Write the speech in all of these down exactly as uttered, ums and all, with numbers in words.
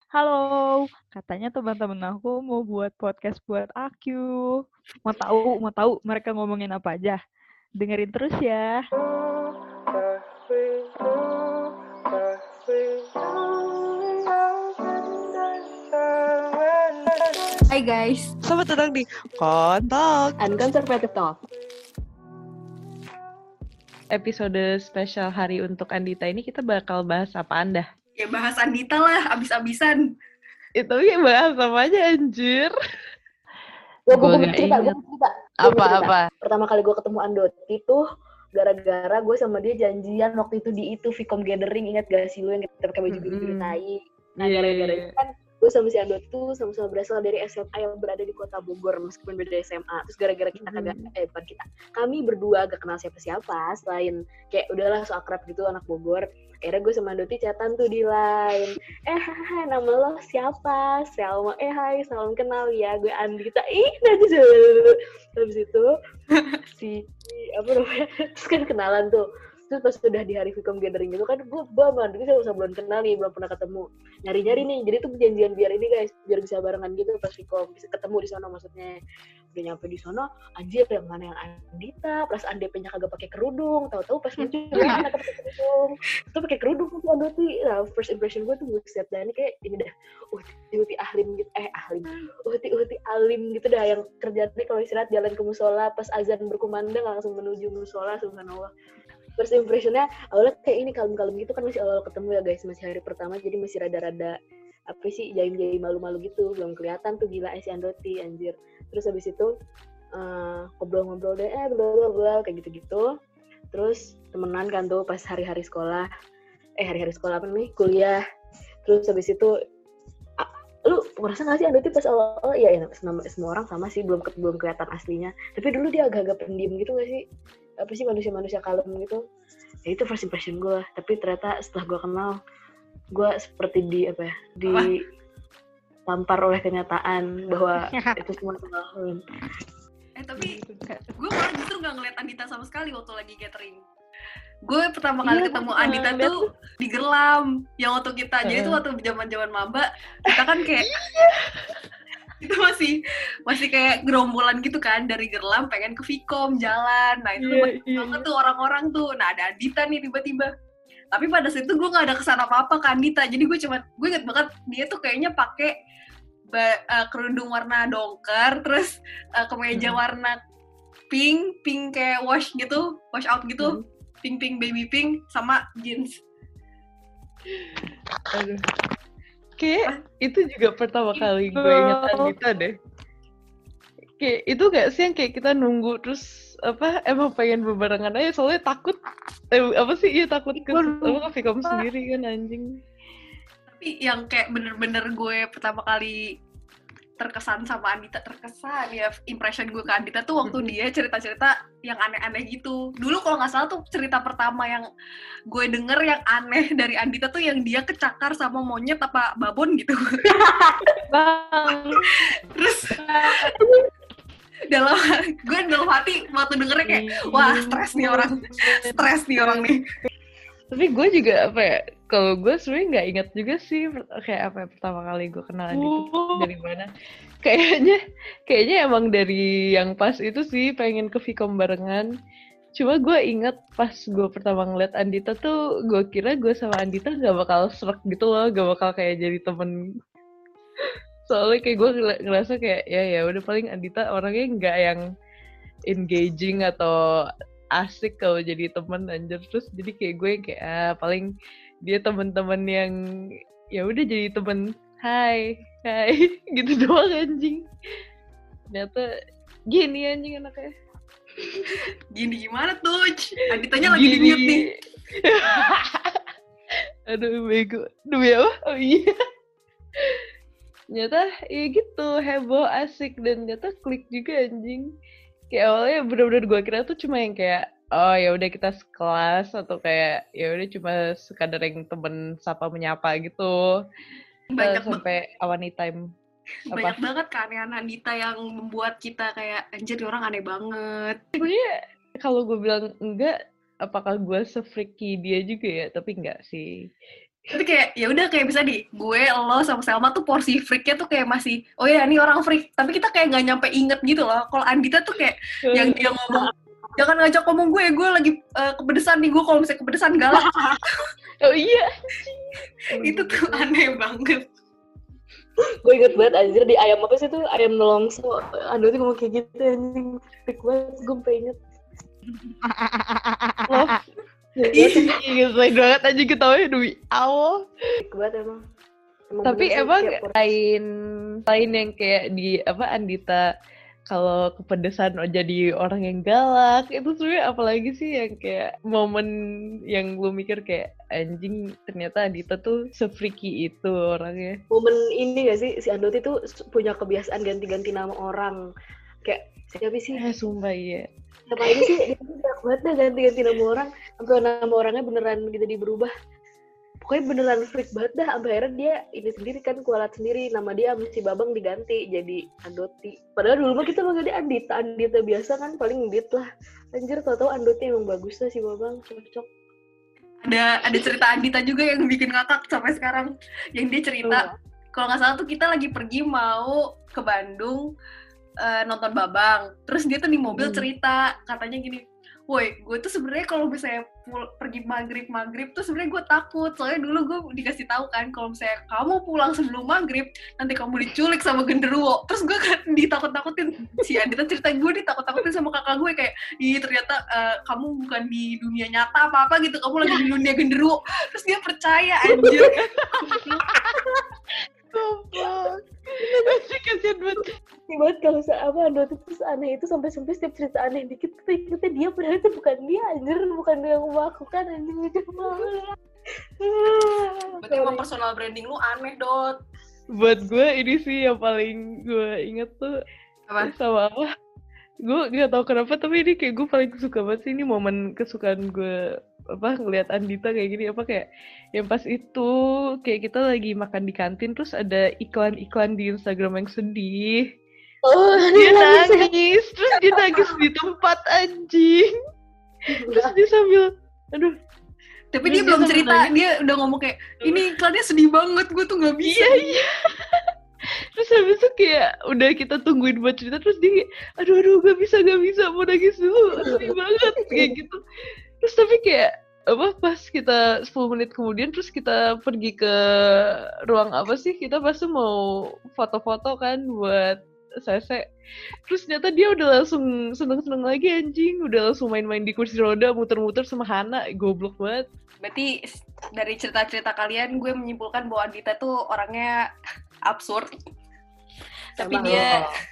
Halo, katanya teman-teman aku mau buat podcast buat aku. Mau tahu, mau tahu mereka ngomongin apa aja? Dengerin terus ya. Hai guys, Selamat datang di Kontak. Unconservative Talk. Episode spesial hari untuk Andita ini kita bakal bahas apa Anda? Ya bahas Andita lah, abis-abisan. Itu kayak bahas apa aja anjir. Gue Gua gue nggak cerita, gue inget. cerita. Gua mau cerita. Apa-apa? Pertama kali gue ketemu Andoti tuh gara-gara gue sama dia janjian waktu itu di itu Vicom Gathering, ingat gak sih lu yang kita pakai baju biru biru Mm-mm. tai. Nah Iya, gara-gara iya, itu kan gue sama si Andoti tuh sama-sama berasal dari S M A yang berada di kota Bogor meskipun beda S M A. Terus gara-gara kita kagak eh bukan kita, kami berdua gak kenal siapa-siapa selain kayak udahlah so akrab gitu anak Bogor. Akhirnya gue sama Andoti chatan tuh di line. Eh hai, nama lo siapa? Selma. Eh hai, salam kenal ya, gue Andita. Ih nanti dulu. Habis itu si apa namanya, terus kan kenalan tuh. Terus pas sudah di hari Vicom Gathering itu kan gue gue sama Andita sama belum kenal nih, belum pernah ketemu. Nyari-nyari nih, jadi tuh perjanjian biar ini guys, biar bisa barengan gitu pas Vicom, bisa ketemu di sana maksudnya. Udah nyampe di sana, anjir yang mana yang Andita, plus D P-nya kagak pakai kerudung, tahu-tahu pas muncul dia pakai kerudung. Itu pakai kerudung tuh Andoti. Nah, first impression gue tuh buset dah ini kayak ini dah. Uhti uhti ahlim gitu, eh ahlim. Uhti uhti alim gitu dah yang kerjanya kalau istirahat jalan ke musola pas azan berkumandang langsung menuju musola, subhanallah. First impressionnya awalnya kayak ini kalem-kalem gitu kan, masih awal ketemu ya guys, masih hari pertama jadi masih rada-rada apa sih jaim-jaim malu-malu gitu, belum kelihatan tuh gila si Andoti anjir. Terus habis itu uh, ngobrol-ngobrol deh eh bla bla kayak gitu-gitu. Terus temenan kan tuh pas hari-hari sekolah eh hari-hari sekolah apa nih kuliah. Terus habis itu a- lu ngerasa nggak sih Andoti pas awal-awal ya, ya semua, semua orang sama sih, belum belum kelihatan aslinya, tapi dulu dia agak-agak pendiam gitu nggak sih, apa sih manusia-manusia kalem gitu. Ya itu first impression gue, tapi ternyata setelah gue kenal gue seperti di apa ya di tampar oleh kenyataan bahwa itu semua salah. Eh tapi gue malah justru gak ngeliat Andita sama sekali waktu lagi gathering. Gue pertama kali Iya, ketemu gua Andita ngeliat tuh di Gerlam, yang waktu kita, jadi tuh waktu zaman-zaman maba, kita kan kayak itu masih masih kayak gerombolan gitu kan dari Gerlam pengen ke Vicom jalan. Nah itu tuh Iya, banyak iya, banget tuh orang-orang tuh. Nah ada Andita nih tiba-tiba. Tapi pada saat itu gue nggak ada kesan apa-apa ke Andita. Jadi gue cuma gue inget banget dia tuh kayaknya pakai ba- uh, kerudung warna dongker, terus uh, kemeja Hmm. warna pink, pink kayak wash gitu, wash out gitu, pink pink baby pink sama jeans. Aduh. Kayak itu juga pertama kali gue ingat Andita deh. Kayak itu gak sih yang kayak kita nunggu terus apa emang pengen bebarengan aja soalnya takut eh, apa sih iya takut ke apa ke Vicom sendiri kan anjing. Tapi yang kayak bener-bener gue pertama kali terkesan sama Andita, terkesan ya impression gue ke Andita tuh waktu dia cerita-cerita yang aneh-aneh gitu. Dulu kalau nggak salah tuh cerita pertama yang gue denger yang aneh dari Andita tuh yang dia kecakar sama monyet apa babon gitu. Bang. Terus dalam gue dalam hati waktu dengernya kayak wah stres nih orang, stres nih orang nih. Tapi gue juga apa ya, kalau gue sebenarnya nggak ingat juga sih kayak apa ya, pertama kali gue kenal Andita tuh dari mana. Kayaknya kayaknya emang dari yang pas itu sih pengen ke Vicom barengan. Cuma gue ingat pas gue pertama ngeliat Andita tuh gue kira gue sama Andita nggak bakal serak gitu loh, gak bakal kayak jadi temen. Soalnya kayak gue ngerasa kayak ya ya udah paling Andita orangnya nggak yang engaging atau asik kalau jadi teman anjir. Terus jadi kayak gue kayak ah, paling dia teman-teman yang ya udah jadi teman hai hai gitu doang anjing. Ternyata gini anjing anaknya. Gini gimana tuh? Anditanya lagi di mute nih. Aduh bego. Demi apa? Oh iya. Ternyata ya gitu heboh asik dan ternyata klik juga anjing. Kayak awalnya bener-bener gue kira tuh cuma yang kayak oh ya udah kita sekelas atau kayak ya udah cuma sekadar yang temen sapa menyapa gitu. Banyak uh, sampai awani time. Banyak apa? Banget keanehan Andita yang membuat kita kayak anjir orang aneh banget. Sebenarnya kalau gue bilang enggak, apakah gue se-freaky dia juga ya? Tapi enggak sih. Tapi kayak ya udah kayak bisa di gue, lo sama Selma tuh porsi freaknya tuh kayak masih oh ya ini orang freak, tapi kita kayak nggak nyampe inget gitu loh. Kalau Andita tuh kayak yang dia ngomong jangan ngajak ngomong gue, gue lagi uh, kepedesan nih, gue kalau misalnya kepedesan galak. Oh iya. Itu tuh aneh banget. Gue inget banget anjir di ayam apa sih tuh, ayam nelongso, Ando tuh ngomong kayak gitu anjing, freak banget, gue sampai inget. Loh. Iya, selain banget aja ketawa Dwi. Awal. Freak banget emang. Emang Tapi bener sih, emang kayak por- lain lain yang kayak di apa Andita kalau kepedesan oh jadi orang yang galak itu sebenarnya apalagi sih yang kayak momen yang lu mikir kayak anjing ternyata Andita tuh se-freaky itu orangnya. momen ini gak sih, si Andoti tuh punya kebiasaan ganti-ganti nama orang. Kayak siapa sih? Eh sumpah iya. Siapa ini sih? Dia tuh banyak banget dah ganti-ganti nama orang. Sampai nama orangnya beneran gitu di berubah. Pokoknya beneran freak banget dah. Sampai akhirnya dia ini sendiri kan, kualat sendiri. Nama dia sama si Babang diganti jadi Andoti. Padahal dulu mah kita manggilnya Andita. Andita biasa kan, paling Andit lah. Anjir, tau-tau Andoti emang bagus lah si Babang. Cocok. Ada ada cerita Andita juga yang bikin ngakak sampai sekarang. Yang dia cerita, kalau nggak salah tuh kita lagi pergi mau ke Bandung uh, nonton Babang. Terus dia tuh di mobil Hmm. cerita, katanya gini, woi, gue tuh sebenarnya kalau misalnya pul- pergi maghrib maghrib tuh sebenarnya gue takut, soalnya dulu gue dikasih tahu kan kalau misalnya kamu pulang sebelum maghrib nanti kamu diculik sama genderuwo. Terus gue kan ditakut-takutin, si Andita cerita gue ditakut-takutin sama kakak gue kayak, ih ternyata uh, kamu bukan di dunia nyata apa apa gitu, kamu lagi di dunia genderuwo. Terus dia percaya anjir. Sumpah. Masih kasihan banget. Ini banget kalau apa Andoti tuh aneh itu sampai-sampai setiap cerita aneh dikit tuh ingetnya dia, padahal itu bukan dia anjir, bukan dia yang melakukan anjing itu. Berarti emang personal branding lu aneh, Dot. Buat gue ini sih yang paling gue inget tuh Apa? sama apa? Gue gak tau kenapa tapi ini kayak gue paling suka banget sih, ini momen kesukaan gue apa ngelihat Andita kayak gini apa kayak yang pas itu kayak kita lagi makan di kantin terus ada iklan-iklan di Instagram yang sedih. Oh, Dia nangis, terus dia nangis di tempat anjing. Terus dia sambil aduh. Tapi Terus dia belum sambil cerita, nangis. dia udah ngomong kayak, ini iklannya sedih banget, gue tuh gak bisa. Iya iya. Terus habis itu kayak udah kita tungguin buat cerita terus dia kayak, aduh aduh gak bisa gak bisa mau nangis dulu, sedih banget kayak gitu. Terus tapi kayak apa pas kita sepuluh menit kemudian terus kita pergi ke ruang apa sih, kita pasti mau foto-foto kan buat Sese. Terus ternyata dia udah langsung seneng-seneng lagi anjing, udah langsung main-main di kursi roda muter-muter sama Hana, goblok banget. Berarti dari cerita-cerita kalian, gue menyimpulkan bahwa Andita tuh orangnya absurd. Tapi Emang dia, lo.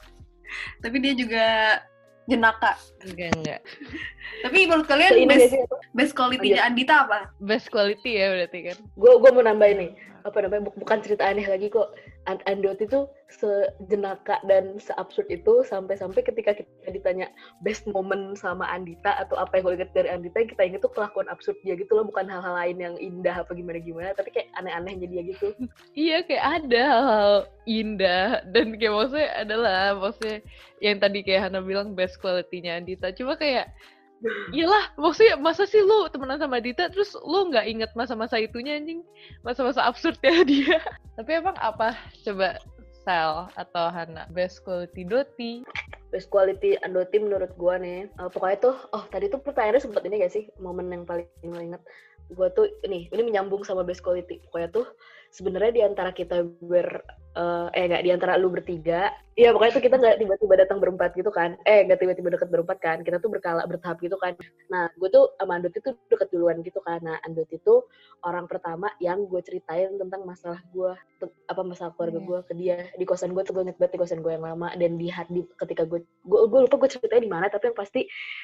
tapi dia juga jenaka. Enggak enggak. Tapi menurut kalian So, ini best, gak sih, apa? best quality-nya Andita apa? Best quality ya berarti kan. Gue gue mau nambahin nih, apa namanya, bukan cerita aneh lagi kok. And- Andoti itu sejenaka dan seabsurd itu sampai-sampai ketika kita ditanya best moment sama Andita atau apa yang gue inget dari Andita, kita inget tuh kelakuan absurd dia gitu loh, bukan hal-hal lain yang indah apa gimana-gimana, tapi kayak aneh-anehnya dia gitu. Iya kayak ada hal-hal indah dan kayak maksudnya adalah maksudnya yang tadi kayak Hana bilang best quality-nya Andita. Cuma kayak iyalah maksudnya masa sih lu temenan sama Dita terus lu nggak inget masa-masa itunya anjing, masa-masa absurdnya dia. Tapi emang apa coba Sal atau Hana best quality Doti? Best quality Andoti menurut gue nih, uh, pokoknya tuh, oh tadi tuh pertanyaannya sempet ini gak sih, momen yang paling gue inget. Gue tuh, ini, ini menyambung sama best quality. Pokoknya tuh, sebenarnya di antara kita ber, uh, eh nggak di antara lu bertiga, iya pokoknya tuh kita nggak tiba-tiba datang berempat gitu kan, eh nggak tiba-tiba deket berempat kan, kita tuh berkala, bertahap gitu kan. Nah, gue tuh sama Andoti tuh deket duluan gitu kan. Nah, Andoti tuh orang pertama yang gue ceritain tentang masalah gue, apa masalah keluarga gue ke dia. Di kosan gue tuh gue inget banget di kosan gue yang lama, dan di hati ketika gue, gue, gue lupa gue ceritain di mana, tapi yang pasti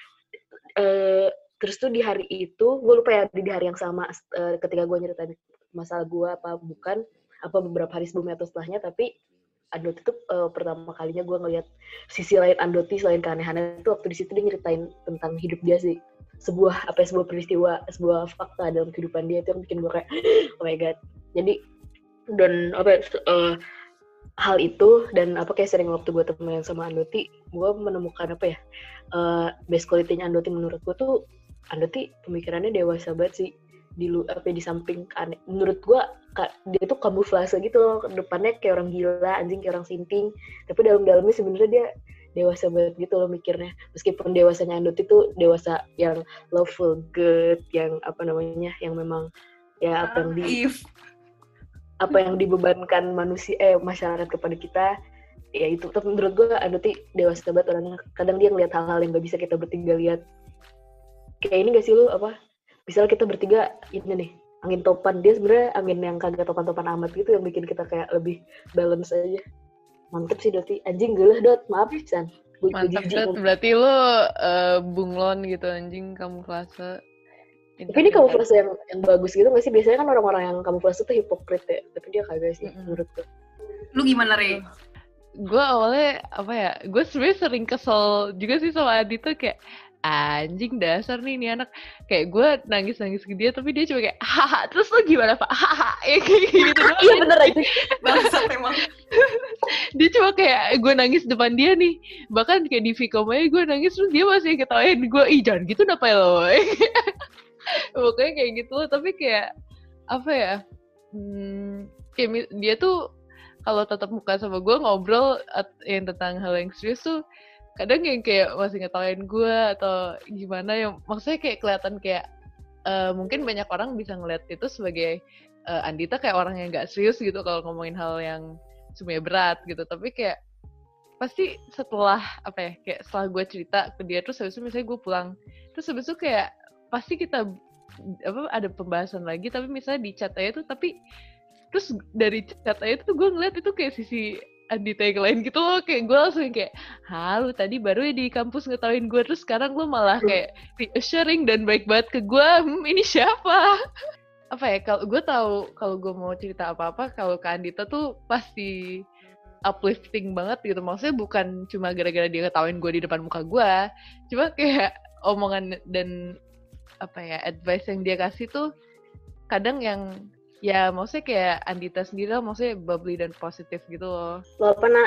uh, terus tuh di hari itu, gue lupa ya di hari yang sama uh, ketika gue nyeritain masalah gue apa bukan, apa beberapa hari sebelumnya atau setelahnya, tapi Andoti tuh uh, pertama kalinya gue ngeliat sisi lain Andoti selain keanehannya itu waktu di situ dia nyeritain tentang hidup dia sih, sebuah apa ya, sebuah peristiwa, sebuah fakta dalam kehidupan dia itu yang bikin gue kayak oh my god. Jadi dan apa uh, hal itu dan apa kayak sering waktu gue temenan sama Andoti, gue menemukan apa ya uh, best quality-nya Andoti menurut gue tuh, Andoti pemikirannya dewasa banget sih. di lu apa di samping kan. Menurut gue dia tuh kamuflase gitu loh, depannya kayak orang gila, anjing kayak orang sinting, tapi dalam-dalamnya sebenarnya dia dewasa banget gitu loh mikirnya. Meskipun dewasanya Andut itu dewasa yang loveful, good, yang apa namanya, yang memang ya apa yang di If. apa yang dibebankan manusia eh masyarakat kepada kita, ya itu. Tapi menurut gue Andut dewasa banget orangnya. Kadang dia ngeliat hal-hal yang nggak bisa kita bertiga lihat. Kayak ini gak sih lu apa? Misalnya kita bertiga ini nih angin topan, dia sebenarnya angin yang kagak topan-topan amat gitu yang bikin kita kayak lebih balance aja. Mantep sih Doti, anjing gue lah Dot, maaf San. Mantap Dot, berarti lo uh, bunglon gitu anjing kamuflase. Tapi ini kamuflase yang yang bagus gitu nggak sih? Biasanya kan orang-orang yang kamuflase tuh hipokrit ya, tapi dia kagak sih mm-hmm. menurut gue. Lu gimana Rey? Gue awalnya apa ya? Gue sebenarnya sering kesel juga sih sama Adi tuh kayak anjing dasar nih nih anak, kayak gue nangis-nangis ke dia tapi dia cuma kayak haha terus lo gimana pak haha ya kayak gitu doang. Iya bener aja bangsat emang. Dia cuma kayak gue nangis depan dia nih, bahkan kayak di Vicom-nya gue nangis terus dia masih ketawain gue, ih jangan gitu napa lo. Pokoknya kayak gitu loh. Tapi kayak apa ya, hmm, kayak dia tuh kalau tatap muka sama gue ngobrol yang tentang hal yang serius tuh kadang yang kayak masih ngetawain gue atau gimana, yang maksudnya kayak kelihatan kayak uh, mungkin banyak orang bisa ngeliat itu sebagai uh, Andita kayak orang yang gak serius gitu kalau ngomongin hal yang sebenarnya berat gitu. Tapi kayak pasti setelah apa ya, kayak setelah gue cerita ke dia terus habis itu misalnya gue pulang terus habis itu kayak pasti kita apa ada pembahasan lagi, tapi misalnya di chat aja tuh, tapi terus dari chat aja tuh gue ngeliat itu kayak sisi Andita yang lain gitu loh, kayak gue langsung kayak halo tadi baru ya di kampus ngetawain gue terus sekarang lo malah kayak reassuring dan baik banget ke gue, hmm, ini siapa? Apa ya, kalau gue tahu kalau gue mau cerita apa-apa kalau ke Andita tuh pasti uplifting banget gitu, maksudnya bukan cuma gara-gara dia ngetawain gue di depan muka gue, cuma kayak omongan dan apa ya advice yang dia kasih tuh kadang yang ya maksudnya kayak Andita sendiri lah, maksudnya bubbly dan positif gitu loh. Lo apa nak?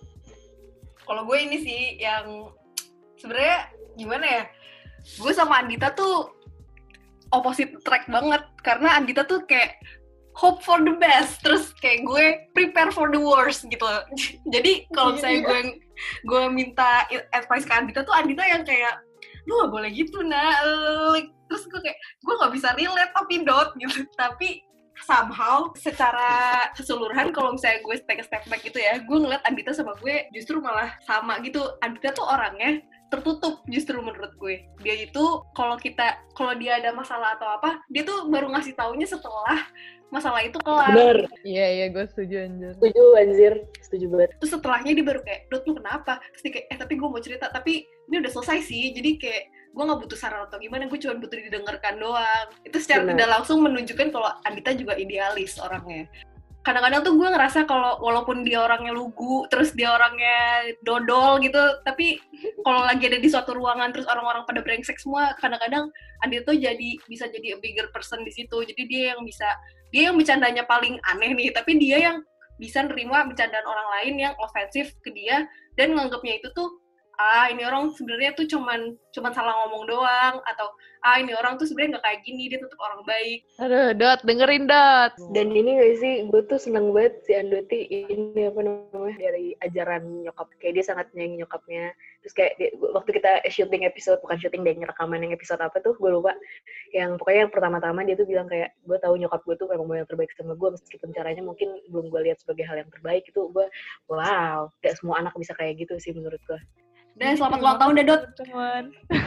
Kalau gue ini sih yang sebenarnya gimana ya, gue sama Andita tuh opposite track banget, karena Andita tuh kayak hope for the best, terus kayak gue prepare for the worst gitu. Jadi kalau misalnya gue gue minta advice ke Andita tuh Andita yang kayak lu gak boleh gitu nak, terus gue kayak gue gak bisa relate tapi dot gitu. Tapi somehow secara keseluruhan kalau misalnya gue take a step back gitu ya, gue ngeliat Andita sama gue justru malah sama gitu. Andita tuh orangnya tertutup justru menurut gue. Dia itu kalau kita kalau dia ada masalah atau apa, dia tuh baru ngasih taunya setelah masalah itu kelar. Bener. Iya iya gue setuju anjir. Setuju anjir, setuju banget. Terus setelahnya dia baru kayak, Dot lu kenapa? Terus dia kayak, eh tapi gue mau cerita, tapi ini udah selesai sih. Jadi kayak gue nggak butuh saran atau gimana, gue cuma butuh didengarkan doang. Itu secara Bener. tidak langsung menunjukkan kalau Andita juga idealis orangnya. Kadang-kadang tuh gue ngerasa kalau walaupun dia orangnya lugu, terus dia orangnya dodol gitu, tapi kalau lagi ada di suatu ruangan terus orang-orang pada brengsek semua, kadang-kadang Andita tuh jadi bisa jadi a bigger person di situ. Jadi dia yang bisa, dia yang bercandanya paling aneh nih, tapi dia yang bisa nerima bercandaan orang lain yang ofensif ke dia dan nganggapnya itu tuh ah ini orang sebenarnya tuh cuman cuman salah ngomong doang, atau ah ini orang tuh sebenarnya nggak kayak gini, dia tetap orang baik. Aduh Dot, dengerin Dot. Dan ini gak sih, gue tuh seneng banget si Andoti ini apa namanya dari ajaran nyokap, kayak dia sangat nyayangi nyokapnya. Terus kayak dia, waktu kita syuting episode, bukan syuting deh, rekaman yang episode apa tuh gue lupa, yang pokoknya yang pertama-tama dia tuh bilang kayak gue tahu nyokap gue tuh memang mau yang terbaik sama gue, meskipun caranya mungkin belum gue lihat sebagai hal yang terbaik. Itu gue wow, gak semua anak bisa kayak gitu sih menurut gue. Dan selamat ulang tahun Dot. Teman.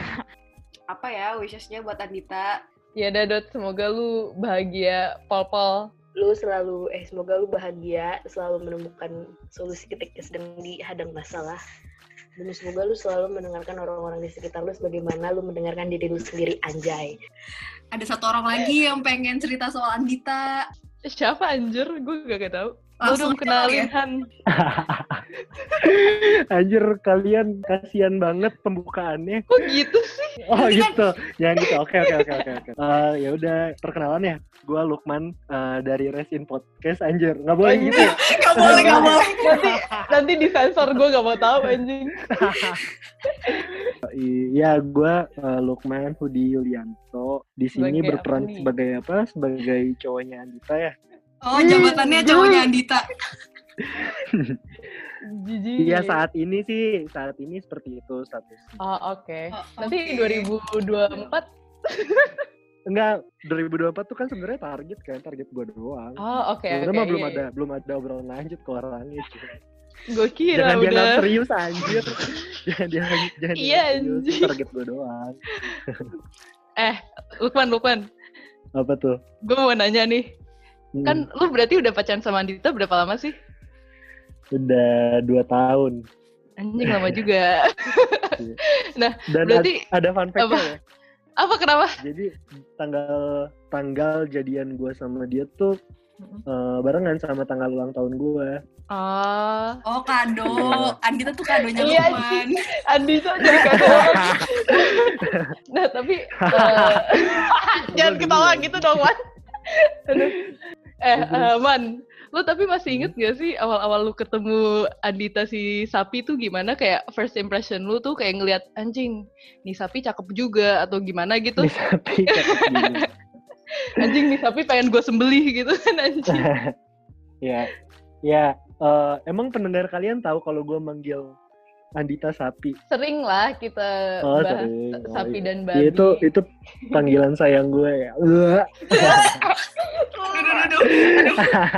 Apa ya wishes-nya buat Andita? Ya Dot, semoga lu bahagia pol-pol. Lu selalu eh semoga lu bahagia, selalu menemukan solusi ketika sedang dihadang masalah. Dan semoga lu selalu mendengarkan orang-orang di sekitar lu sebagaimana lu mendengarkan diri lu sendiri, anjay. Ada satu orang lagi yang pengen cerita soal Andita. Siapa anjir? Gue gak tahu. Langsung Lu kenalin ya. Han. Anjir, kalian kasihan banget pembukaannya. Kok gitu sih? Oh gitu, jangan gitu. Oke oke oke oke. oke. Uh, ya udah, perkenalan ya. Gue Lukman uh, dari Resin Podcast. Anjir, nggak boleh gitu. Gak boleh, gak boleh. Nanti nanti disensor, gue gak mau tahu anjing. Iya, gue uh, Lukman Hudi Yulianto. Di sini Sebagai berperan apa nih? sebagai apa? Sebagai cowoknya Andita ya. Oh, jabatannya cowoknya Andita. Jijik. Iya, saat ini sih, saat ini seperti itu statusnya. Oh, oke. Oh, Nanti oke. dua ribu dua puluh empat. Enggak, dua ribu dua puluh empat tuh kan sebenarnya target kan, target gue doang. Oh, oke. Sebenarnya oke, mah belum iya, ada, belum ada obrolan lanjut ke orangnya. iya. Gue kira Jangan udah. dianggap serius anjir. jangan jangan jangan Iya, dianggap serius. anjir. Target gue doang. Eh, Lukman, Lukman. Apa tuh? Gue mau nanya nih. Hmm, Kan lu berarti udah pacaran sama Andita berapa lama sih? udah dua tahun. Anjing lama juga. Nah, Dan berarti ad- ada fun fact-nya apa? ya. Apa kenapa? Jadi tanggal tanggal jadian gue sama dia tuh eh, barengan sama tanggal ulang tahun gue. Ah, Oh, kado. Andita tuh kadonya Iya, Lukman. Andita jadi kado orang. Nah, tapi eh, jangan ketawa gitu dong, Man. Aduh. Eh, eh, Man, lu tapi masih inget gak sih awal-awal lu ketemu Andita si Sapi tuh gimana? Kayak first impression lu tuh kayak ngelihat anjing, nih Sapi cakep juga atau gimana gitu? Nih sapi cakep gini. Anjing nih Sapi pengen gue sembelih gitu kan anjing. Ya, ya. eh, emang pendengar kalian tahu kalau gue manggil Andita sapi? Sering lah kita Oh, bahas sering. Oh, Sapi iya. dan Ya, babi. itu itu panggilan sayang gue ya. Uah. Aduh, aduh, aduh.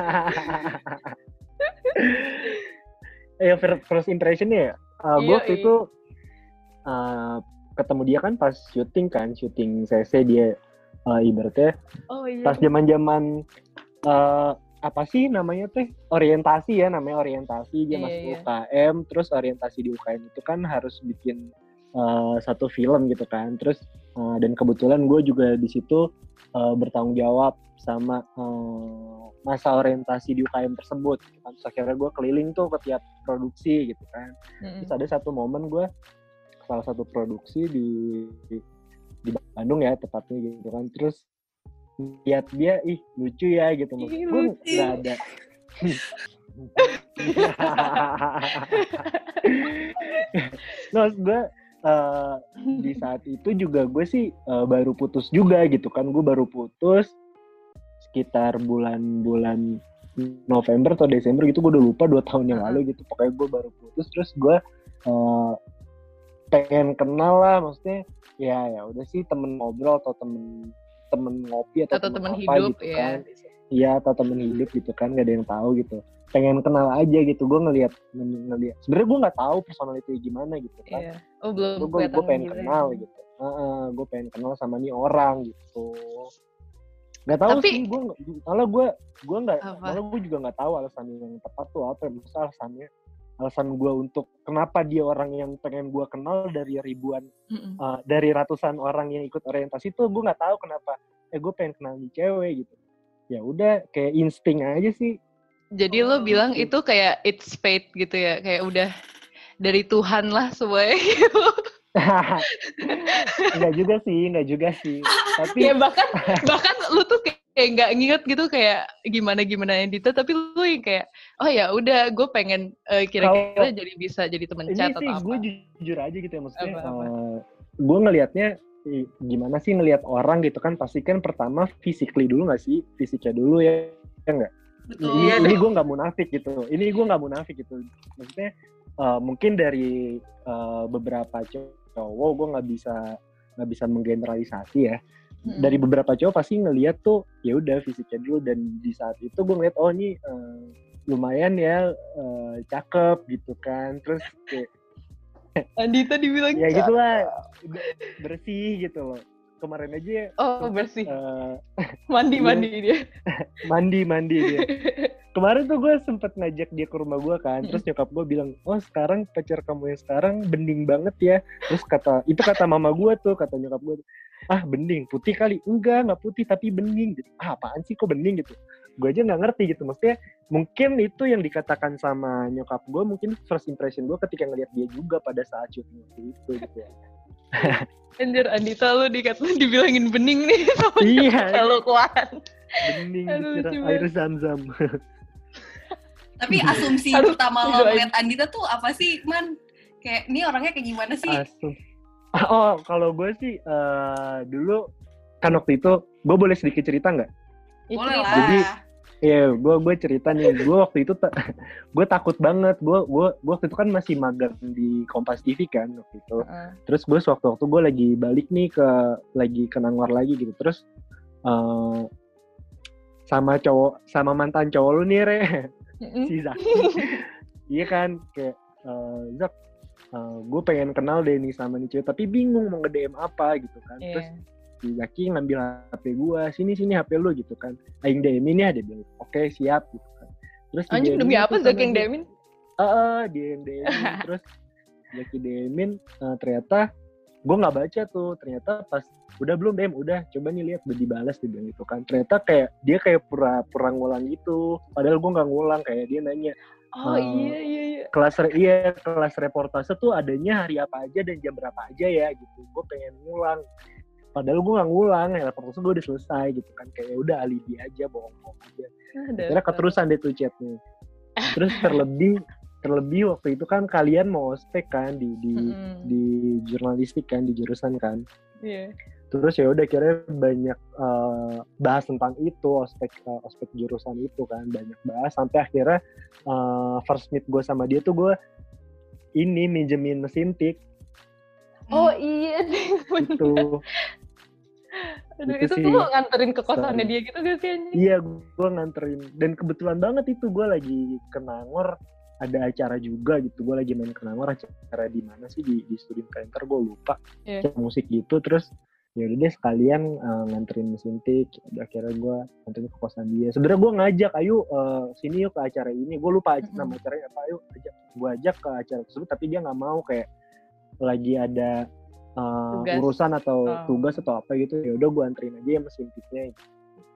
Eh, fir- first impression-nya ya. Uh, gue Iya, waktu iya. itu uh, ketemu dia kan pas syuting kan, syuting C C dia uh, ibaratnya Oh iya. pas zaman-zaman uh, apa sih namanya teh orientasi ya, namanya orientasi dia Iya, masuk iya. U K M, terus orientasi di U K M itu kan harus bikin uh, satu film gitu kan, terus uh, dan kebetulan gue juga di situ uh, bertanggung jawab sama uh, masa orientasi di U K M tersebut gitu kan. Terus akhirnya gue keliling tuh ke tiap produksi gitu kan. Mm-mm. Terus ada satu momen gue ke salah satu produksi di, di di Bandung ya tepatnya gitu kan, terus lihat dia ih lucu ya gitu, maksud Ih, gue lucu. nggak ada nah maksud gue uh, di saat itu juga gue sih uh, baru putus juga gitu kan, gue baru putus sekitar bulan-bulan November atau Desember gitu, gue udah lupa dua tahun yang lalu gitu, pokoknya gue baru putus. Terus gue uh, pengen kenal lah, maksudnya ya ya udah sih temen ngobrol atau temen temen ngopi atau, Atau temen apa hidup, gitu ya. kan, iya atau temen hidup gitu kan, nggak ada yang tahu gitu, pengen kenal aja gitu. Gue ngelihat ngelihat sebenarnya gue nggak tahu personality gimana gitu kan. Iya. Oh belum gue kelihatan gue pengen gila kenal ya. gitu, uh, gue pengen kenal sama nih orang gitu. Nggak tahu Tapi- sih gue, malah gue gue nggak, Apa? malah gue juga nggak tahu alasan yang tepat tuh apa, maksudnya alasannya, alasan gue untuk kenapa dia orang yang pengen gue kenal dari ribuan, Mm-mm. uh, dari ratusan orang yang ikut orientasi tuh, gue nggak tahu kenapa. Eh gue pengen kenal nih cewek gitu. Ya udah kayak insting aja sih. Jadi Oh, lo bilang gitu. itu kayak it's fate gitu ya, kayak udah dari Tuhan lah semuanya gitu. Nggak juga sih, nggak juga sih. Tapi Ya bahkan bahkan lu tuh kayak kayak nggak nginget gitu kayak gimana gimana Andita, tapi lu yang kayak oh ya udah gue pengen eh, kira-kira Kalau- jadi bisa jadi temen ini chat sih atau gue apa. jujur aja gitu ya, maksudnya Apa-apa? uh, gue ngelihatnya eh, gimana sih ngelihat orang gitu kan, pasti kan pertama physically dulu nggak sih, fisiknya dulu ya, ya nggak? Betul. Ini, Iya ini gue nggak munafik gitu, ini gue nggak munafik gitu, maksudnya uh, mungkin dari uh, beberapa cowok, gue nggak bisa nggak bisa menggeneralisasi ya. Mm-mm. Dari beberapa cowok pasti ngelihat tuh ya udah fisiknya dulu, dan di saat itu gue ngeliat oh ini uh, lumayan ya, uh, cakep gitu kan, terus kayak Andita dibilang ya cakep. gitulah, bersih gitu loh. Kemarin aja Oh bersih, uh, mandi iya. mandi dia. mandi mandi dia. Kemarin tuh gue sempet ngajak dia ke rumah gue kan, terus nyokap gue bilang, oh sekarang pacar kamu yang sekarang bening banget ya. Terus kata, itu kata mama gue tuh, kata nyokap gue, ah bening, putih kali. Enggak, nggak putih tapi bening. Gitu. Ah apaan sih kok bening gitu. Gue aja nggak ngerti gitu, maksudnya mungkin itu yang dikatakan sama nyokap gue, mungkin first impression gue ketika ngeliat dia juga pada saat syuting waktu itu gitu ya. Anjir Andita lu dikata dibilangin bening nih sama Iya. kalau kuat. Bening Aduh, dikira lucu air zam-zam. Tapi asumsi Aduh, pertama lo doain. ngeliat Andita tuh apa sih, Man? Kayak, ini orangnya kayak gimana sih? Asum. Oh, kalau gue sih uh, dulu kan waktu itu gue boleh sedikit cerita nggak? Boleh lah. Jadi iya, gue gue cerita nih, gue waktu itu ta- gue takut banget, gue gue waktu itu kan masih magang di Kompas T V kan waktu itu. Uh-uh. Terus gue waktu-waktu gue lagi balik nih ke lagi ke Nangor lagi gitu, terus uh, sama cowok sama mantan cowok lu nih Re, si Zaki. Iya kan, kayak uh, Zak, uh, gue pengen kenal deh nih sama nih cewek, tapi bingung mau nge-D M apa gitu kan. Yeah. Terus si Zaki ngambil H P gue, sini sini H P lu gitu kan. Aing D M-in ya, dia bilang oke siap gitu kan. Terus Anjing demi apa Zaki yang D M-in? Heeh, dia yang D M-in. Terus Zaki D M-in, uh, ternyata gue nggak baca tuh, ternyata pas udah belum D M, udah coba nih lihat udah dibalas dia bilang gitu kan. Ternyata kayak dia kayak pura-pura ngulang gitu, padahal gue nggak ngulang, kayak dia nanya. Oh uh, iya iya iya. Kelas re- iya kelas reportase tuh adanya hari apa aja dan jam berapa aja ya gitu. Gue pengen ngulang. Padahal gue gak ngulang, ya reportase gue udah selesai gitu kan. Kayak udah alibi aja, bohong-bohong aja. Akhirnya keterusan deh tuh chatnya. Terus terlebih, terlebih waktu itu kan kalian mau ospek kan di di, mm. di jurnalistik kan, di jurusan kan. Iya. Yeah. Terus ya udah kira banyak uh, bahas tentang itu, ospek uh, ospek jurusan itu kan, banyak bahas sampai akhirnya uh, first meet gue sama dia tuh gue ini minjemin mesin tik. Oh iya deh. Itu. Aduh, itu, itu tuh lo nganterin ke kosannya dia gitu gak sih? Iya, gue nganterin. Dan kebetulan banget itu gue lagi ke Nangor, ada acara juga gitu. Gue lagi main ke Nangor, acara di mana sih, di, di Studio Center, gue lupa. Yeah. Musik gitu, terus ya udah deh sekalian uh, nganterin mesin tik. Akhirnya gue nganterin ke kosan dia. Sebenarnya gue ngajak, ayo uh, sini yuk ke acara ini. Gue lupa mm-hmm. nama acaranya apa, ayo ajak. Gue ajak ke acara tersebut, tapi dia nggak mau, kayak lagi ada Uh, urusan atau oh. tugas atau apa gitu. Ya udah gue anterin aja ya mesin tiknya gitu.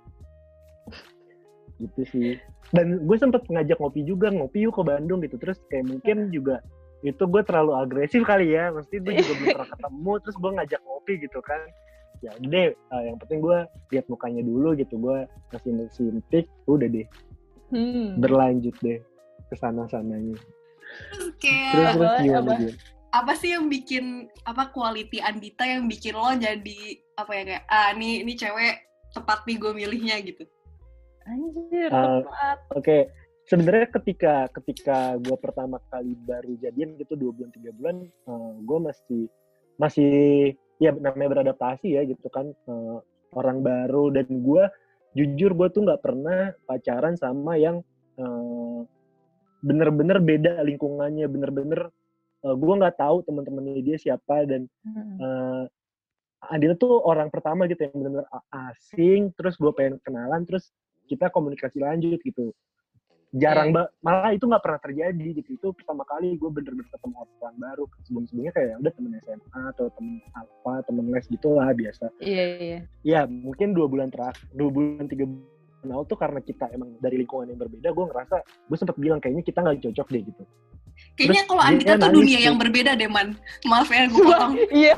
Gitu sih. Dan gue sempet ngajak ngopi juga, ngopi yuk ke Bandung gitu. Terus kayak mungkin juga itu gue terlalu agresif kali ya, mesti gue juga belum pernah ketemu, terus gue ngajak ngopi gitu kan. Ya udah deh, uh, yang penting gue lihat mukanya dulu gitu. Gue kasih mesin tik, udah deh hmm. berlanjut deh kesana sananya. Kayak terus terus gimana dia? Apa sih yang bikin apa quality Andita yang bikin lo jadi apa ya kayak ah nih ini cewek tepat nih gue milihnya gitu. Anjir. Uh, Oke, okay. Sebenarnya ketika ketika gue pertama kali baru jadian gitu dua bulan tiga bulan, uh, gue masih masih ya namanya beradaptasi ya gitu kan, uh, orang baru, dan gue jujur gue tuh nggak pernah pacaran sama yang uh, bener-bener beda lingkungannya, bener-bener Uh, gue nggak tahu teman-temannya dia siapa, dan hmm. uh, Andita tuh orang pertama gitu yang benar-benar asing, terus gue pengen kenalan, terus kita komunikasi lanjut gitu. Jarang yeah. ba- malah itu nggak pernah terjadi gitu. Itu pertama kali gue bener-bener ketemu orang baru. Sebelum-sebelumnya kayak udah temen S M A atau temen apa, temen les gitulah biasa. Iya yeah, iya. Yeah. Ya mungkin dua bulan terakhir, dua bulan tiga bulan lalu tuh karena kita emang dari lingkungan yang berbeda, gue ngerasa gue sempat bilang kayaknya kita nggak cocok deh gitu. Kayaknya kalau Andita tuh dunia tuh. Yang berbeda deh, Man. Maaf ya, gue potong. Iya.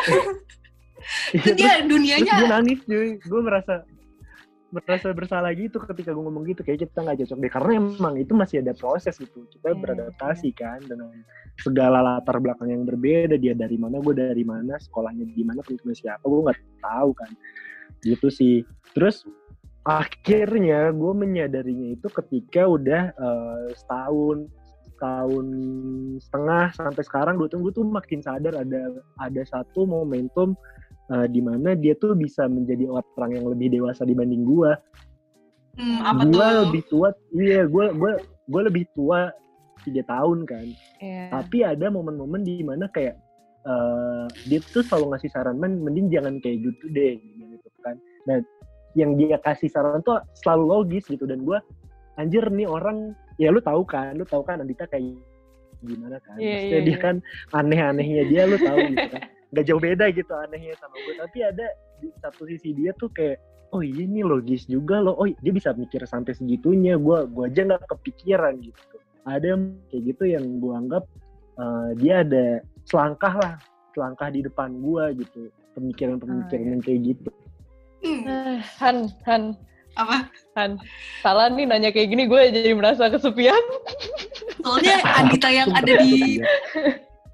Itu dia dunianya. Terus gue nangis, cuy. Gue merasa merasa bersalah gitu ketika gue ngomong gitu. Kayak kita gak cocok deh. Karena emang itu masih ada proses gitu. Kita hmm. beradaptasi kan. Dengan segala latar belakang yang berbeda. Dia dari mana, gue dari mana. Sekolahnya di mana, temen-temen siapa. Gue gak tahu kan. Gitu sih. Terus akhirnya gue menyadarinya itu ketika udah uh, setahun. tahun setengah sampai sekarang dua tahun, gue tuh makin sadar ada ada satu momentum uh, di mana dia tuh bisa menjadi orang yang lebih dewasa dibanding gue. Hmm, apa gue tuh? lebih tua, iya gue gue gue lebih tua tiga tahun kan. Yeah. Tapi ada momen-momen di mana kayak uh, dia tuh selalu ngasih saran, men mending jangan kayak gitu deh gitu kan. Nah yang dia kasih saran tuh selalu logis gitu, dan gue anjir nih orang, ya lu tahu kan, lu tahu kan Andita kayak gimana kan. Yeah, Maksudnya yeah, dia yeah. kan aneh-anehnya dia lu tahu gitu kan. Gak jauh beda gitu anehnya sama gue, tapi ada di satu sisi dia tuh kayak oh iya nih logis juga loh, oh dia bisa mikir sampai segitunya, gue gue aja nggak kepikiran gitu. Ada kayak gitu yang gue anggap uh, dia ada selangkah lah, selangkah di depan gue gitu, pemikiran-pemikiran oh, iya. kayak gitu. Hmm. Han, Han. Apa? Han, salah nih nanya kayak gini, gue jadi merasa kesepian. Soalnya Andita yang ada di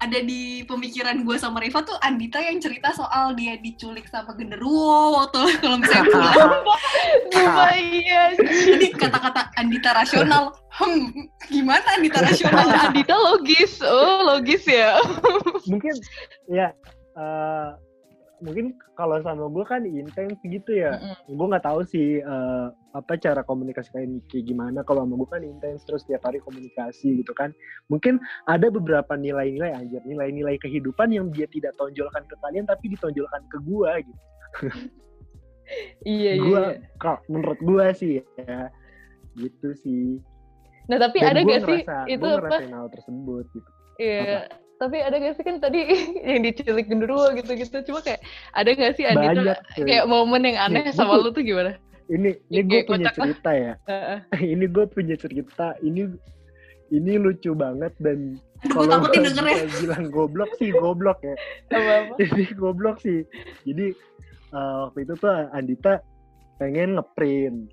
ada di pemikiran gue sama Riva tuh Andita yang cerita soal dia diculik sama genderuwo waktu kalau misalnya pulang. Sumpah iya. Jadi kata-kata Andita rasional, hmm, gimana Andita rasional? Andita logis, oh logis ya. Mungkin ya uh, mungkin kalau sama gue kan intens gitu ya. Mm-hmm. Gue nggak tahu sih uh, apa cara komunikasi kayak gimana. Kalau sama gue kan intens terus tiap hari komunikasi gitu kan. Mungkin ada beberapa nilai-nilai anjir, nilai-nilai kehidupan yang dia tidak tonjolkan ke kalian tapi ditonjolkan ke gue gitu. Iya gua, iya. Kalau menurut gue sih ya gitu sih. Nah tapi Dan ada gak sih ngerasa, itu gua apa? ngerasain hal tersebut gitu. Iya. Apa? Tapi ada gak sih kan tadi yang diculik genderuwo gitu-gitu, cuma kayak ada gak sih Andita Banyak, kayak momen yang aneh nih, sama tuh, lu tuh gimana? Ini ini gue punya cerita ya. Uh-uh. ini gue punya cerita. Ini ini lucu banget dan kalau gue bilang goblok sih goblok ya. Apa-apa? Ini goblok sih. Jadi uh, waktu itu tuh Andita pengen ngeprint,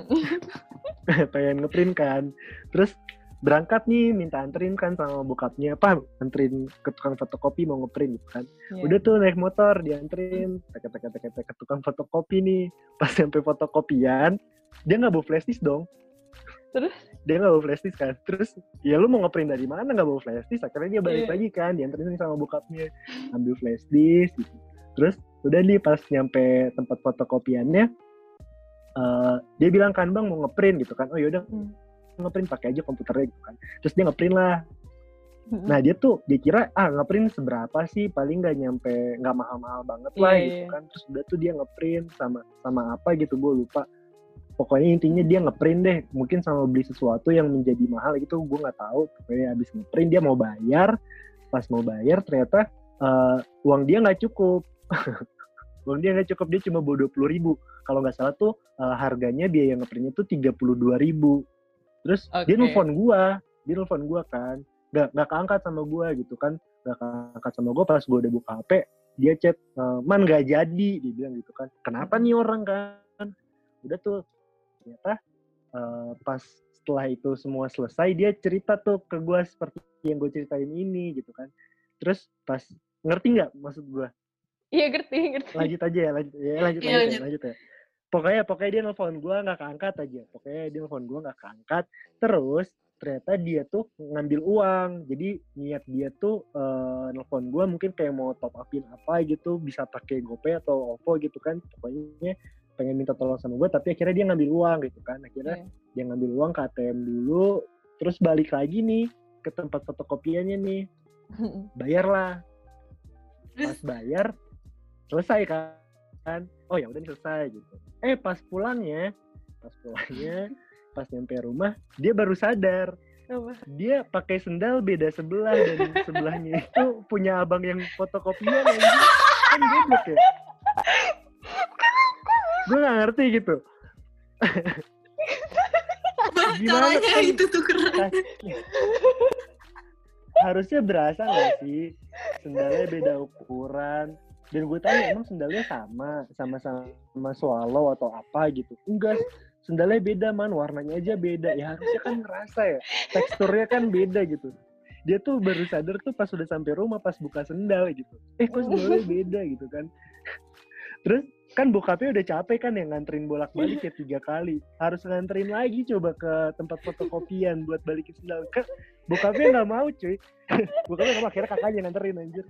pengen ngeprint kan. Terus berangkat nih minta anterin kan sama bokapnya, apa anterin ke tukang fotokopi mau ngeprint gitu kan. Yeah. Udah tuh naik motor dianterin tek-tek-tek-tek ke tukang fotokopi nih. Pas sampai fotokopian dia nggak bawa flash disk dong. Terus dia nggak bawa flash disk kan. Terus ya lu mau ngeprint dari mana nggak bawa flash disk? Akhirnya dia balik yeah. lagi kan, dianterin sama bokapnya ambil flash disk gitu. Terus udah nih pas nyampe tempat fotokopiannya uh, dia bilang kan bang mau ngeprint gitu kan. Oh yaudah hmm. ngeprint pakai aja komputernya gitu kan. Terus dia ngeprint lah. Mm-hmm. Nah dia tuh dia kira ah ngeprint seberapa sih, paling nggak nyampe, nggak mahal-mahal banget lah yeah, gitu yeah. kan. Terus udah tuh dia ngeprint sama sama apa gitu gue lupa. Pokoknya intinya dia ngeprint deh, mungkin sama beli sesuatu yang menjadi mahal gitu gue nggak tahu. Pokoknya abis ngeprint dia mau bayar, pas mau bayar ternyata uh, uang dia nggak cukup. Uang dia nggak cukup, dia cuma bawa dua puluh ribu. Kalau nggak salah tuh uh, harganya biaya ngeprintnya tuh tiga puluh dua ribu. Terus okay. dia nelfon gua, dia nelfon gua kan, gak, gak keangkat sama gua gitu kan, gak keangkat sama gua pas gua udah buka H P, dia chat, e, man gak jadi, dia bilang gitu kan, kenapa nih orang kan, udah tuh, ternyata uh, pas setelah itu semua selesai, dia cerita tuh ke gua seperti yang gua ceritain ini gitu kan, terus pas, ngerti gak maksud gua? Iya ngerti, ngerti. Lanjut aja ya, lanjut, ya, lanjut, ya, lanjut, lanjut. Ya, lanjut ya. Pokoknya pokoknya dia nelfon gue nggak keangkat aja. Pokoknya dia nelfon gue nggak keangkat. Terus ternyata dia tuh ngambil uang. Jadi niat dia tuh uh, nelfon gue mungkin kayak mau top upin apa gitu, bisa pakai GoPay atau OVO gitu kan. Pokoknya pengen minta tolong sama gue, tapi akhirnya dia ngambil uang gitu kan. Akhirnya yeah. dia ngambil uang ke A T M dulu, terus balik lagi nih ke tempat fotokopiannya nih. Bayar lah. Pas bayar selesai kan. Oh ya udah selesai gitu. Eh pas pulangnya, pas pulangnya, pas nyampe rumah, dia baru sadar. Apa? Dia pakai sendal beda sebelah dan sebelahnya itu punya abang yang fotokopian aja. Kan goblok ya. Gue nggak ngerti gitu. Gimana caranya kan? Itu tuh keren. Harusnya berasa nggak sih? Sendalnya beda ukuran. Dan gue tanya emang sendalnya sama, sama-sama swallow atau apa gitu. Enggak, sendalnya beda man, warnanya aja beda. Ya harusnya kan ngerasa ya, teksturnya kan beda gitu. Dia tuh baru sadar tuh pas udah sampai rumah, pas buka sendal gitu. Eh kok sendalnya beda gitu kan. Terus kan bokapnya udah capek kan yang nganterin bolak-balik ya tiga kali. Harus nganterin lagi coba ke tempat fotokopian buat balikin sendal. Kan bokapnya gak mau cuy. Bokapnya gak mau, akhirnya kakaknya nganterin anjir.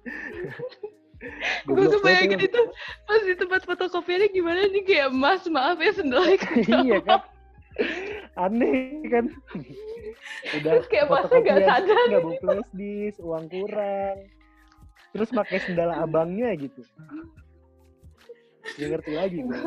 Gue kebayangin itu pas di tempat fotokopiannya gimana nih, kayak mas maaf ya sendalnya kacau. Iya kan, aneh kan. Udah terus kayak masnya gak sadar gak bawa flash disk, uang kurang, terus pakai sendal abangnya gitu. Gak ngerti lagi gue.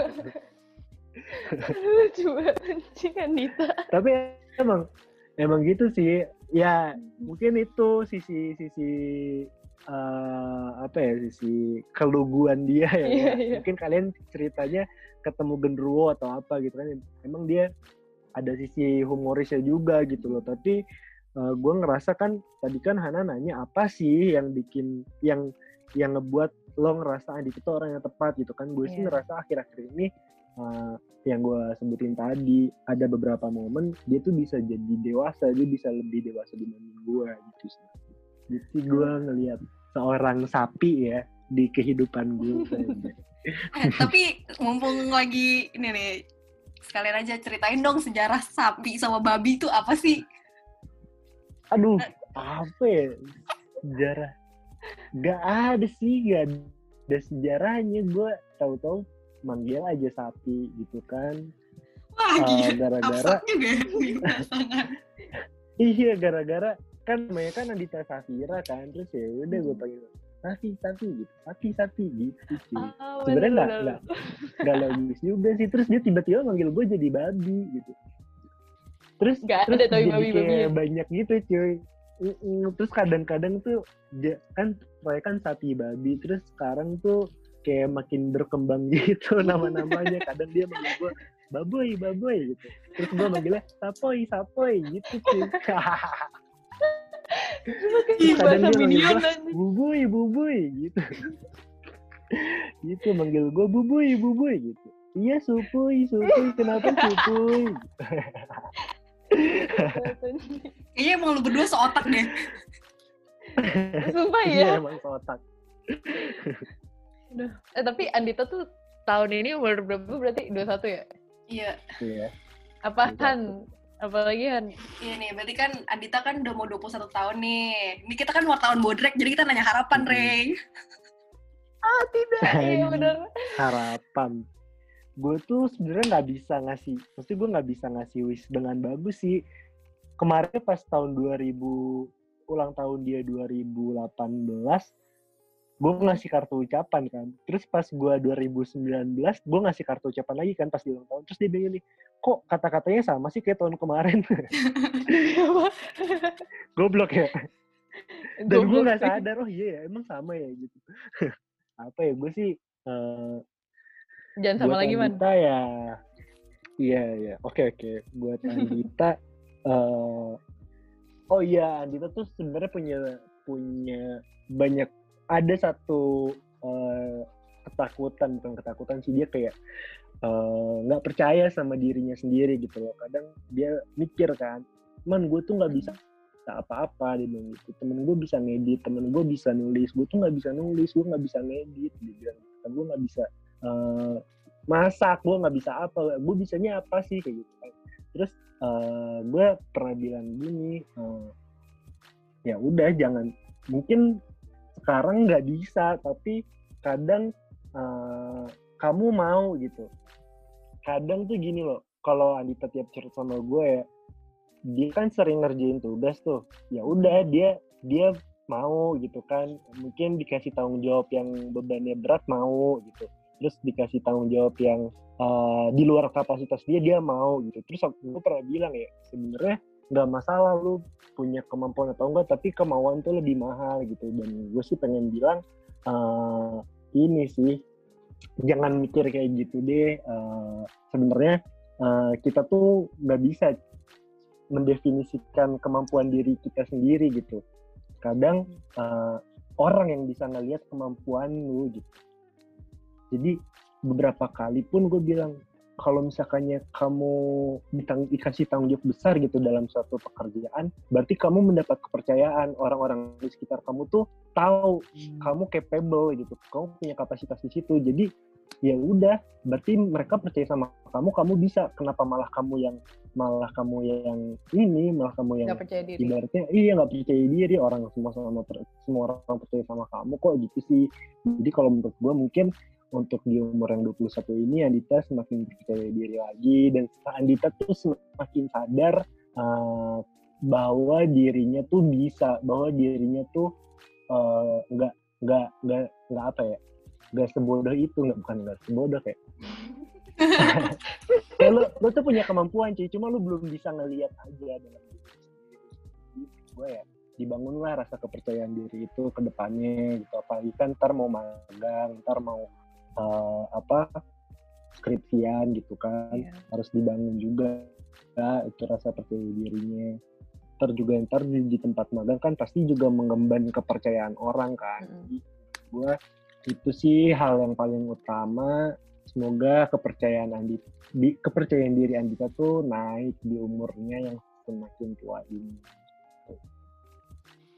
Lucu banget anjing Andita. Tapi emang emang gitu sih ya, mungkin itu sisi sisi Uh, apa ya sisi keluguan dia ya, yeah, yeah. Mungkin kalian ceritanya ketemu genderuwo atau apa gitu kan, emang dia ada sisi humorisnya juga gitu loh. Tapi uh, gue ngerasa kan tadi kan Hana nanya apa sih yang bikin yang yang ngebuat lo ngerasa Andita itu orang yang tepat gitu kan. Gue yeah. sih ngerasa akhir-akhir ini uh, yang gue sebutin tadi ada beberapa momen dia tuh bisa jadi dewasa, dia bisa lebih dewasa dibanding gue gitu sih. Jadi gue ngelihat seorang sapi ya di kehidupan gue. Eh, tapi mumpung lagi ini nih, sekalian aja ceritain dong sejarah sapi sama babi itu apa sih? Aduh, apa ya? Sejarah. Gak ada sih, gak ada sejarahnya. Gue tahu-tahu manggil aja sapi gitu kan. Wah, Uh, gila. gara-gara Absurd juga ya nih pasangan. iya gara-gara kan namanya kan Andita Safira kan, terus ya udah gue panggil sapi sapi gitu, sapi sapi gitu sih. Ah, Sebenarnya nggak bener-bener. nggak nggak logis juga sih. Terus dia tiba-tiba manggil gue jadi babi gitu. Terus Nggak terus ada tuh jadi babi-babian. kayak banyak gitu cuy. Mm-mm. Terus kadang-kadang tuh dia kan saya kan sapi babi, terus sekarang tuh kayak makin berkembang gitu nama-namanya. Kadang dia manggil gue baboy baboy gitu. Terus gue manggilnya sapoy sapoy gitu cuy. Ih, Kadang bahasa dia manggil minion gue anjing. bubuy bubuy gitu. Gitu manggil gue bubuy bubuy gitu. Iya supuy supuy kenapa supuy? Kayaknya emang lu berdua seotak deh. Sumpah Iya ya. emang sotak. Aduh. Eh tapi Andita tuh tahun ini umur berapa berarti? dua puluh satu ya? Iya, Iya. Apaan? Apalagi Han? iya nih. Berarti kan Andita kan udah mau dua puluh satu tahun nih. Ini kita kan wartawan bodrek, jadi kita nanya harapan, Mm-mm. Rey. Ah tidak, iya benar. Harapan. Gue tuh sebenarnya nggak bisa ngasih, pasti gue nggak bisa ngasih wish dengan bagus sih. Kemarin pas tahun dua ribu ulang tahun dia dua ribu delapan belas, gue ngasih kartu ucapan kan. Terus pas gue dua ribu sembilan belas, gue ngasih kartu ucapan lagi kan pas di ulang tahun. Terus dia bilang nih, kok kata-katanya sama sih kayak tahun kemarin. Goblok ya. Dan gue Goblok nggak sih. sadar, oh iya ya emang sama ya gitu. Apa ya, gue sih eh, Jangan sama buat lagi man. Andita ya, iya iya, oke oke. Buat Andita, eh oh iya Andita tuh sebenarnya punya punya banyak, ada satu eh, ketakutan, bukan ketakutan sih, dia kayak nggak uh, percaya sama dirinya sendiri gitu loh. Kadang dia mikir kan, man gue tuh nggak bisa apa-apa, dia bilang gitu. Temen gue bisa ngedit, temen gue bisa nulis, gue tuh nggak bisa nulis, gue nggak bisa ngedit, dia bilang, gue nggak bisa uh, masak, gue nggak bisa apa, gue bisanya apa sih kayak gitu kan. Terus uh, gue pernah bilang gini, uh, ya udah jangan, mungkin sekarang nggak bisa, tapi kadang uh, kamu mau gitu. Kadang tuh gini loh, kalau Andita tiap cerita sama gue ya, dia kan sering ngerjain tugas tuh, ya udah dia dia mau gitu kan, mungkin dikasih tanggung jawab yang bebannya berat mau gitu, terus dikasih tanggung jawab yang uh, di luar kapasitas dia dia mau gitu. Terus aku pernah bilang ya, sebenarnya nggak masalah lu punya kemampuan atau enggak, tapi kemauan tuh lebih mahal gitu. Dan gue sih pengen bilang uh, ini sih, jangan mikir kayak gitu deh. Uh, sebenarnya uh, kita tuh nggak bisa mendefinisikan kemampuan diri kita sendiri gitu. Kadang uh, orang yang bisa ngelihat kemampuan lu gitu. Jadi beberapa kali pun gue bilang, kalau misalkannya kamu ditang- dikasih tanggung jawab besar gitu dalam suatu pekerjaan, berarti kamu mendapat kepercayaan. Orang-orang di sekitar kamu tuh tahu hmm. kamu capable gitu, kamu punya kapasitas di situ. Jadi ya udah, berarti mereka percaya sama kamu, kamu bisa. Kenapa malah kamu yang malah kamu yang ini, malah kamu yang nggak percaya diri. Ibaratnya iya nggak percaya diri. Orang semua sama semua orang percaya sama kamu kok gitu sih. Jadi kalau menurut gue mungkin untuk di umur yang dua puluh satu ini, Andita semakin percaya diri lagi, dan Andita tuh semakin sadar uh, bahwa dirinya tuh bisa, bahwa dirinya tuh uh, nggak nggak nggak nggak apa ya, nggak sebodoh itu, nggak bukan nggak sebodoh kayak. Kayak lu, lu tuh punya kemampuan cuy, cuma lu belum bisa ngelihat aja dalam diri sendiri. Gue ya, dibangunlah rasa kepercayaan diri itu ke depannya gitu. Apalagi kan ntar mau magang, ntar mau Uh, apa skripsian gitu kan, yeah. harus dibangun juga ya, itu rasa percaya dirinya. Ntar juga ntar di, di tempat magang kan pasti juga mengemban kepercayaan orang kan. Mm. Jadi gue itu sih hal yang paling utama. Semoga kepercayaan Andita, di, kepercayaan diri Andita tuh naik di umurnya yang semakin tua ini.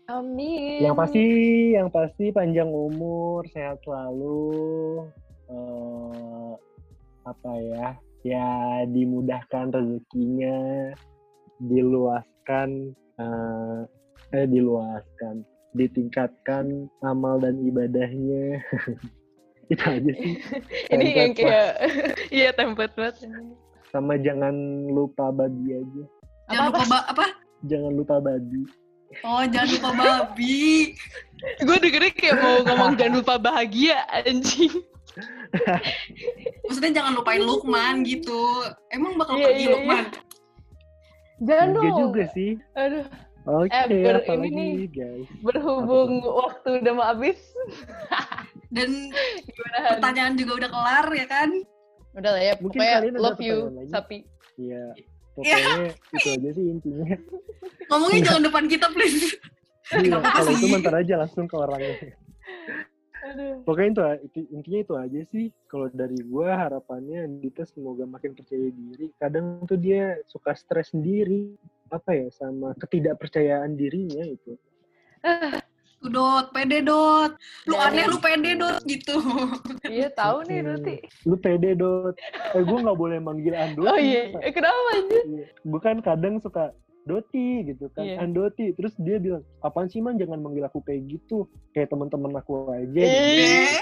Amin. Yang pasti, yang pasti panjang umur, sehat selalu, eh, apa ya, ya dimudahkan rezekinya, diluaskan, eh, eh diluaskan, ditingkatkan amal dan ibadahnya. Itu aja sih. Ini yang Template lah. kayak iya template banget. Sama jangan lupa babi aja. Jangan lupa ba- apa? Jangan lupa babi. Oh, jangan lupa babi. Gue dengernya kayak mau ngomong jangan lupa bahagia anjing. Maksudnya jangan lupain Lukman gitu. Emang bakal Iya, pergi iya, Lukman? Jangan Enggak dong. juga sih. Aduh, Oke, Eh, ber- apa ini lagi nih. guys? berhubung waktu udah mau habis. Dan Gimana Han? pertanyaan juga udah kelar ya kan? Udah lah ya, Mungkin pokoknya kalian ada love you, pertanyaan lagi? sapi. Iya, pokoknya itu aja sih intinya. Ngomongnya jangan depan kita please. Iya, Kenapa kalau itu sih? bentar aja langsung ke orangnya. Aduh. Pokoknya itu, itu- intinya itu aja sih. Kalau dari gua harapannya Dita semoga makin percaya diri. Kadang tuh dia suka stres sendiri, apa ya, sama ketidakpercayaan dirinya itu. Tuh, Dot, pede Dot. Lu Dari- aneh, lu pede Dot gitu. Iya tahu nih Hmm. Ruti. Lu pede Dot. Eh gua nggak boleh manggil Andoti. Oh iya, eh, kenapa anjir? Iya. Bukan kadang suka Doti gitu kan, Iya. Andoti. Terus dia bilang, apaan sih man, jangan manggil aku kayak gitu. Kayak teman-teman aku aja. Gitu. Ih.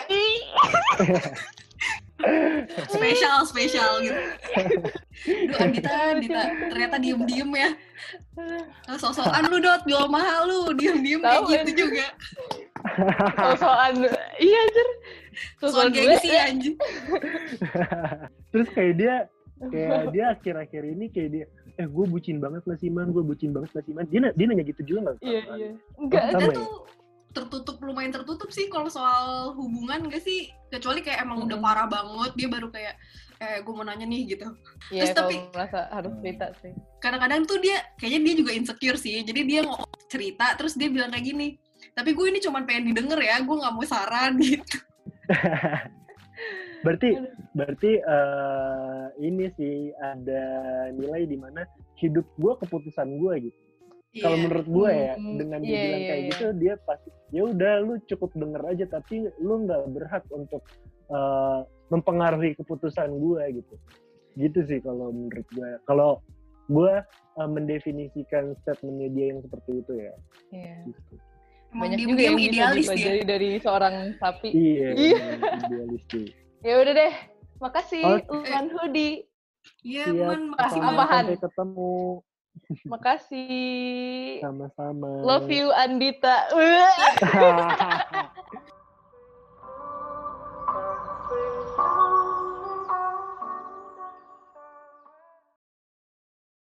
Spesial, spesial gitu. Duh, Andita, Andita, ternyata diem-diem ya. Nah, sok-sokan lu Dot, jual mahal lu, diem-diem kayak Tahu, gitu anjir. juga. Sosokan. Iya anjir. Soal Sosokan gue. gengsi anjing. Terus kayak dia, kayak dia akhir-akhir ini kayak dia, eh gue bucin banget lah sih man, gue bucin banget lah sih man. Dia, na- dia nanya gitu juga nggak? Iya iya. Enggak. Sama Kita ya? tuh tertutup, lumayan tertutup sih kalau soal hubungan gak sih? Kecuali kayak emang udah Mm-mm. parah banget, dia baru kayak, eh gue mau nanya nih gitu. Iya Terus kalau tapi- merasa harus cerita sih. Kadang-kadang tuh dia, kayaknya dia juga insecure sih. Jadi dia mau cerita, terus dia bilang kayak gini, tapi gue ini cuma pengen didengar ya, gue gak mau saran gitu. Berarti, berarti eh, ini sih ada nilai di mana hidup gue keputusan gue gitu. Kalau Iya. menurut gue ya, Hmm, dengan dia iya, bilang iya, kayak iya. gitu, dia pasti ya udah lu cukup denger aja, tapi lu nggak berhak untuk eh, mempengaruhi keputusan gue gitu. Gitu sih kalau menurut gue. Kalau gue eh, mendefinisikan statementnya dia yang seperti itu ya. Iya. Gitu. Emang Banyak juga diem-diem yang bisa idealis dia. dipelajari dari seorang sapi. Iya, Iya. bener, idealis sih. Ya udah deh. Makasih Oke. Uman Hudi. Iya, Siap, Man, makasih sama, banget. Apaan? sampai ketemu. Makasih. Sama-sama. Love you Andita. you.